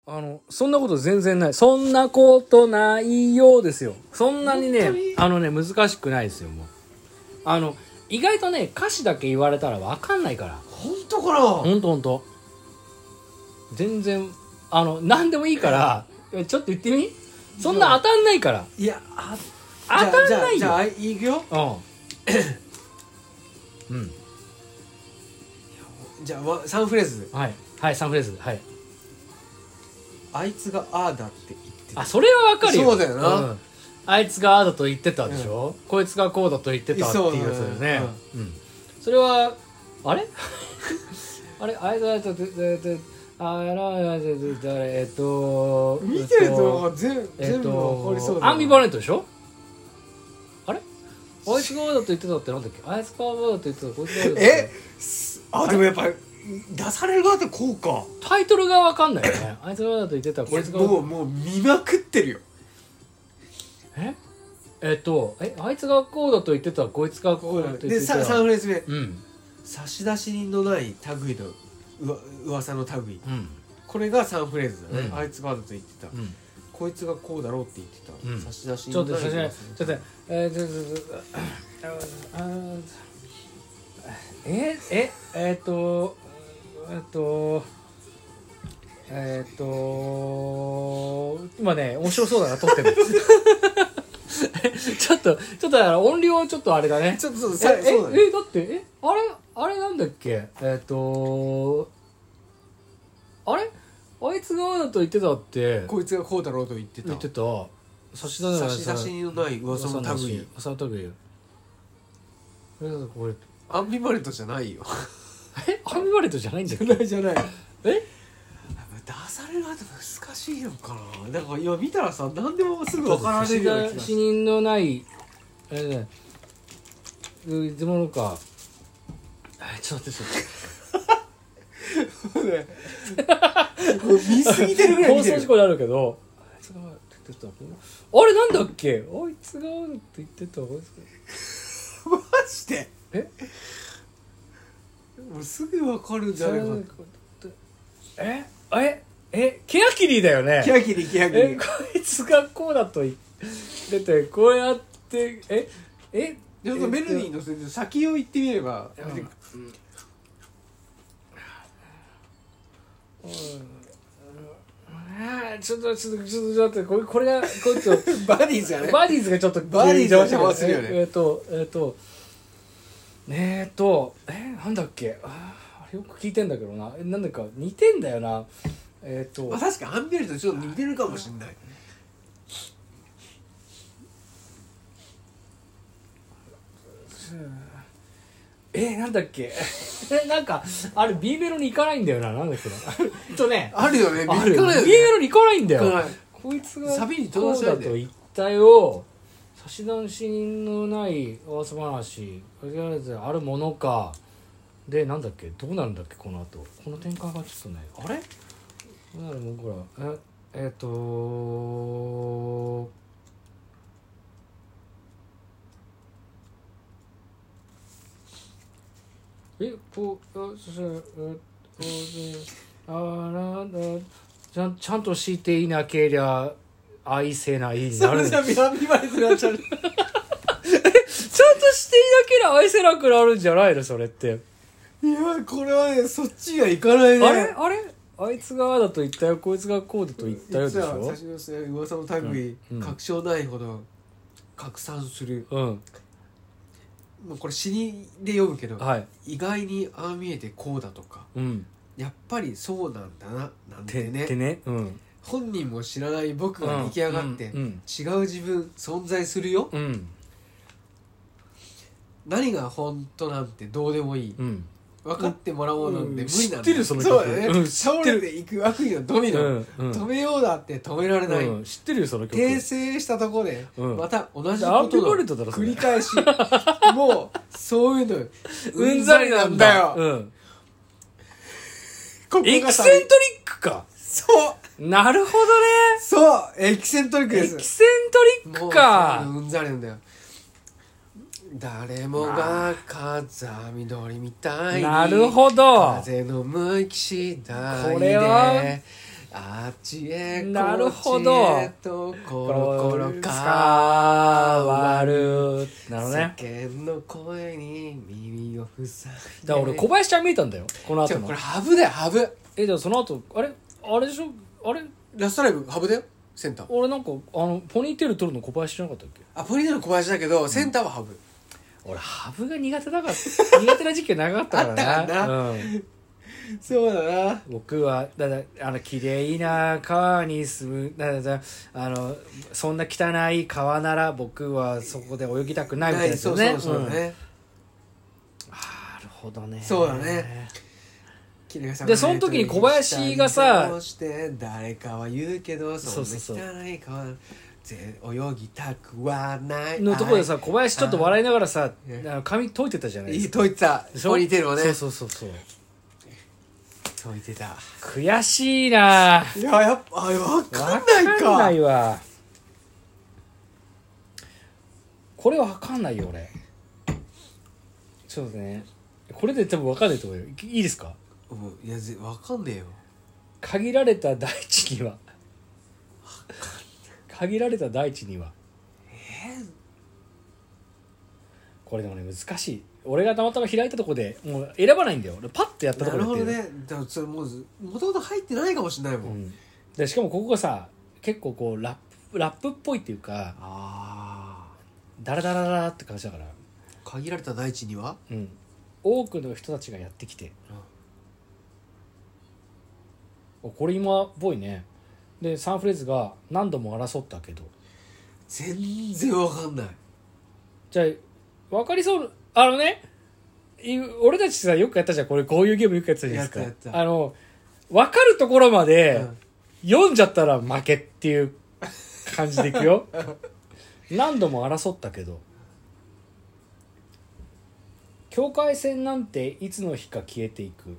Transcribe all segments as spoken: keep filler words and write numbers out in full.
あのそんなこと全然ない。そんなことないようですよ。そんなにねあのね難しくないですよ。もうあの意外とね歌詞だけ言われたら分かんないから。 本当かな。 本当本当全然あの何でもいいからちょっと言ってみ。そんな当たんないから。 いやあ当たんないよ。 じゃあいくよ。 うんうんじゃあさんフレーズ。 はいはいさんフレーズ。はい。 あいつがああだって言ってた。 あそれは分かるよ。 そうだよな、 うん、あいつがああだと言ってたでしょ、うん、こいつがこうだと言ってたっていうやつだよね。う、うん、それはあれあれあいつがあいつがあらえっと見てると全部分かりそうだ。 アンビバレントでしょ。あれあいつがああだと言ってたってなんだっけ。あいつがああだと言ってたこいつがああだと言ってた。 えあでもやっぱり出される側ってこうか。 タイトルが分かんないよね。あいつがああだと言ってたこいつがもうもう見まくってるよ。 ええっとえあいつがこうだと言ってたこいつがこうだと言ってた。 でさんフレーズ目、 うん、 差出人のない類のうわ噂の類、 うん、これがさんフレーズだね、うん、あいつがだと言ってた、 うん、 こいつがこうだろうって言ってた、うん、差出人のないちょっとちょっとえー、ちょっとえええっとえっとえっと今ね面白そうだな撮ってるちょっとちょっと音量ちょっとあれだね。 ちょっとそうえだね。 ええだってえあれあれなんだっけえっとあれあいつがだと言ってたってこいつがこうだろうと言ってた言ってた差し出しのない噂の類噂の類これアンビバレントじゃないよえアンビバレントじゃないんだっけ。 じゃないじゃないえ出されるのって難しいのかな。だから今見たらさ何でもすぐ分かられるような気がする。 死人のないあれねいつものかちょっと待ってちょっともう見すぎてるぐらい見てる。 放送事故になるけどあいつがって言ってたあれなんだっけあいつがって言ってたマジでえもうすぐ分かるんじゃないかな。 えええケヤキリだよね。 ケヤキリケヤキリえこいつがこうだと言っててこうやってええちょっとメロディーの先を言ってみれば、うんうんあちょっとちょっとちょっと待ってこれこれがこいつバディーズがねバディーズがちょっとバディーズが邪魔するよね。 えっ、ー、とえっ、ー、とえっ、ー、とえー、なんだっけああれよく聞いてんだけどななんだか似てんだよなえっ、ー、と、 まあ、確かアンビエルとちょっと似てるかもしれない。 えー、なんだっけえなんかあれ B メロに行かないんだよな。なんだっけなえっとねあるよね。 B メロに行かないんだよ。こいつがサビにこうだと言ったよ差し出し人のない噂話あるものかでなんだっけどうなるんだっけこの後この展開がちょっとねあれどうなるもんこれええー、っとえこうあそしてあらちゃんちゃんとしていなけりゃ愛せないになる。 それじゃビバレスになっちゃう。ちゃんとしていなけりゃ愛せなくなるんじゃないのそれって。 いやこれはねそっちがいかないね。 あれあれあいつがああだと言ったよこいつがこうだと言ったよでしょ。 最初のね噂の類、うん、確証ないほど拡散する、うん、もうこれ詩で読むけど、はい、意外にああ見えてこうだとか、うん、やっぱりそうなんだななんてね、 てね、うん、 本人も知らない僕が出来上がって、うんうん、違う自分存在するよ、うん、何が本当なんてどうでもいい、うん、分かってもらおうなんて無理なんだ、うん、知ってるその曲。そうだね、うん、倒れていく悪意のドミノ、うんうん、止めようだって止められない、うん、 知ってるよその曲。 訂正したところで、うん、また同じことの繰り返しもうそういうのうんざりなんだよ、うん、ここエキセントリックか。 そうなるほどね。 そうエキセントリックです。 エキセントリックか。 もううんざりなんだよ。誰もが風緑みたいになるほど風の向き次第でこれはあっちへなるほどこっちへとコロコロ変わるなるほどね。 世間の声に耳を塞いで。 だから俺小林ちゃん見たんだよこの後の。 これハブだよハブ。 えでもその後あれあれでしょあれラストライブハブだよセンター。 俺なんかあのポニーテール取るの小林じゃなかったっけ。 あポニーテール小林だけど、うん、センターはハブ。 俺ハブが苦手だから苦手な時期が長かったからな。 あったからな、うんそうだな。 僕はだだあの綺麗な川に住むだだあのそんな汚い川なら僕はそこで泳ぎたくないみたいなですよね。 そうそうそうだね、うん、 なるほどね。 そうだね。 でその時に小林がさ誰かは言うけどそんな汚い川泳ぎたくはないのところでさ小林ちょっと笑いながらさ髪解いてたじゃないですか。 解いてたポニーテールをね。 そうそうそうそう解いてた。 悔しいな。 いややっぱあれ分かんないか。分かんないわこれは分かんないよ俺。ちょっとねこれで多分分かんないと思うよ。いいですか。 うん、いや分かんねえよ。 限られた大地には限られた大地にはえー、 これでもね難しい。俺がたまたま開いたとこでもう選ばないんだよ。俺パッとやったところで。 なるほどね。だからそれもうもともと入ってないかもしれないもん、うん、 でしかもここがさ結構こうラップラップっぽいっていうかあダラダラダラって感じだから。 限られた大地には、 うん、多くの人たちがやってきて、うん、これ今っぽいね。でさんフレーズが何度も争ったけど全然わかんない。 じゃあ分かりそうあのね俺たちさよくやったじゃんこれこういうゲームよくやってたじゃないですか。 やったやったあの分かるところまで、うん、読んじゃったら負けっていう感じでいくよ何度も争ったけど境界線なんていつの日か消えていく。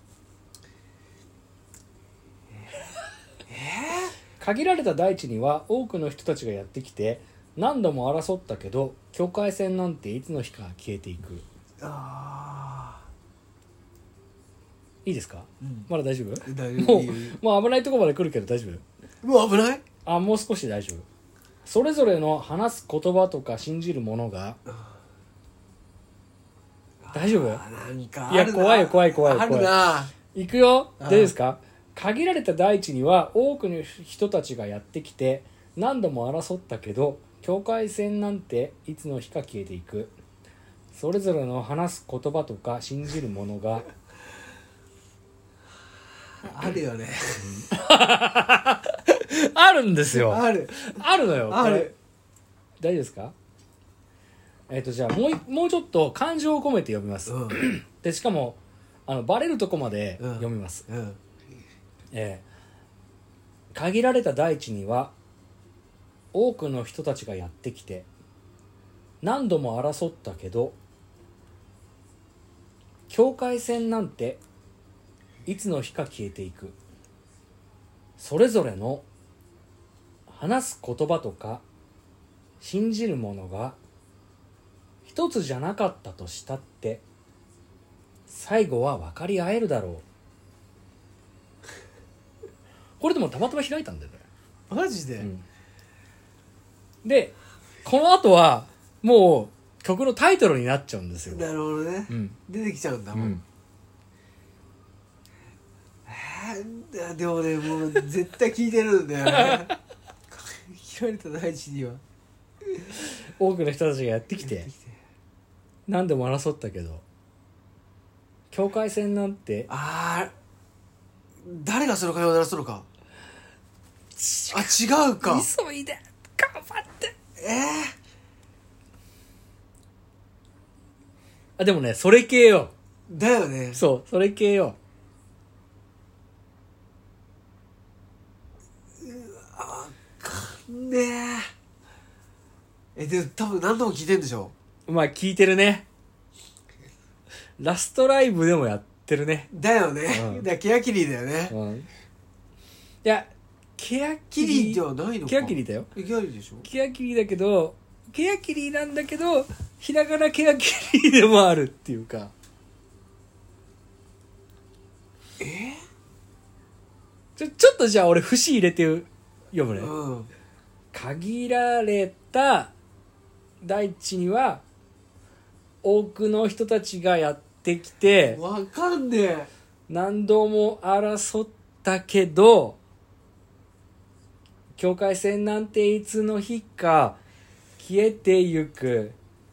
えー、 限られた大地には多くの人たちがやってきて何度も争ったけど境界線なんていつの日か消えていく。 あいいですか、 うん、 まだ大丈夫。 大丈夫もうもう危ないところまで来るけど大丈夫。 もう危ない。 あもう少し大丈夫。それぞれの話す言葉とか信じるものが大丈夫。 なんかいや怖い怖い怖い怖い。 あるな。 いくよ。大丈夫ですか。限られた大地には多くの人たちがやってきて何度も争ったけど境界線なんていつの日か消えていく。それぞれの話す言葉とか信じるものがあるよねあるんですよ。 あるあるのよ。 ある。 大丈夫ですか。えっ、ー、とじゃあもうもうちょっと感情を込めて読みます、うん、でしかもあのバレるとこまで読みます、 うんうん、 えー、限られた大地には多くの人たちがやってきて何度も争ったけど境界線なんていつの日か消えていく。それぞれの話す言葉とか信じるものが一つじゃなかったとしたって最後は分かり合えるだろうこれでもたまたま開いたんだよね。 マジで、うん、 でこの後はもう曲のタイトルになっちゃうんですよ。 なるほどね、 うん、 出てきちゃうんだもん、うん、えー、でもねもう絶対聞いてるんだよね限られた大地には多くの人たちがやってきてやってきて何度も争ったけど境界線なんて。 ああ誰がその会話を鳴らすのか。あ違うか。 急いで頑張ってええー、 あでもねそれ系よ。 だよね。 そうそれ系よ。 うわかんねえ。えでも多分何度も聞いてるんでしょ。 まあ聞いてるね。ラストライブでもやってるね。 だよね、うん、だからケヤキリだよね、 うん、いやケヤキリではないのか。 ケヤキリだよ。 ケヤキリでしょ。 ケヤキリだけどケヤキリなんだけどひらがなケヤキリでもあるっていうか。 えちょちょっとじゃあ俺節入れて読むね、 うん、 限られた大地には多くの人たちがやってきてわかんねえ何度も争ったけど境界線なんていつの日か消えてゆく。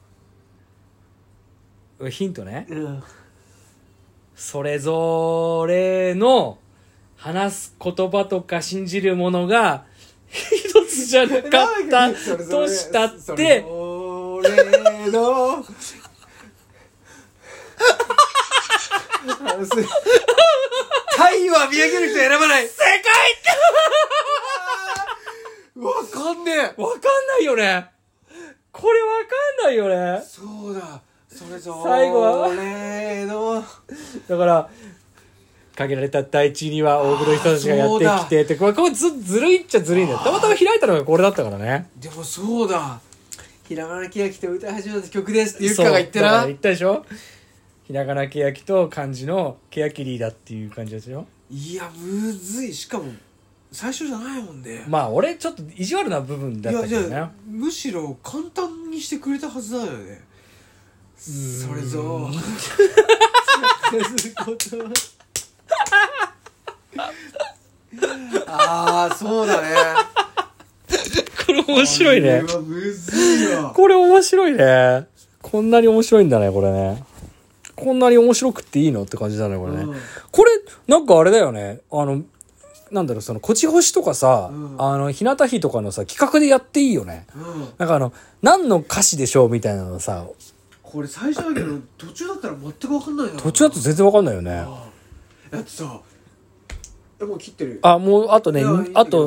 ヒントね、 うん、 それぞれの話す言葉とか信じるものが一つじゃなかったとしたってそれぞれの太陽は見上げる人選ばない。 正解わかんねえ。 わかんないよね。これわかんないよね。 そうだ。それぞ最後はれのだから限られた大地には多くの人たちがやってきてってこれこれ ず, ずるいっちゃずるいんだよ。たまたま開いたのがこれだったからね。 でもそうだ。ひらがなけやきと歌い始めた曲ですってゆっかが言ってな。 言ったでしょ。ひらがなけやきと漢字のけやきりだっていう感じですよ。 いやむずい。しかも最初じゃないもんね。 まあ俺ちょっと意地悪な部分だったけどね。いやむしろ簡単にしてくれたはずだよね。それぞああそうだね。 これ面白いね。 これはむずいわ。 これ面白いね。こんなに面白いんだねこれね。こんなに面白くっていいのって感じだねこれね、うん、これなんかあれだよね。あのなんだろうそのこちほしとかさ、うん、あのひなたひとかのさ企画でやっていいよね、うん、なんかあの何の歌詞でしょうみたいなのさ。 これ最初だけど途中だったら全く分かんないな。 途中だと全然分かんないよね。 だってさもう切ってる。 あもうあとねあと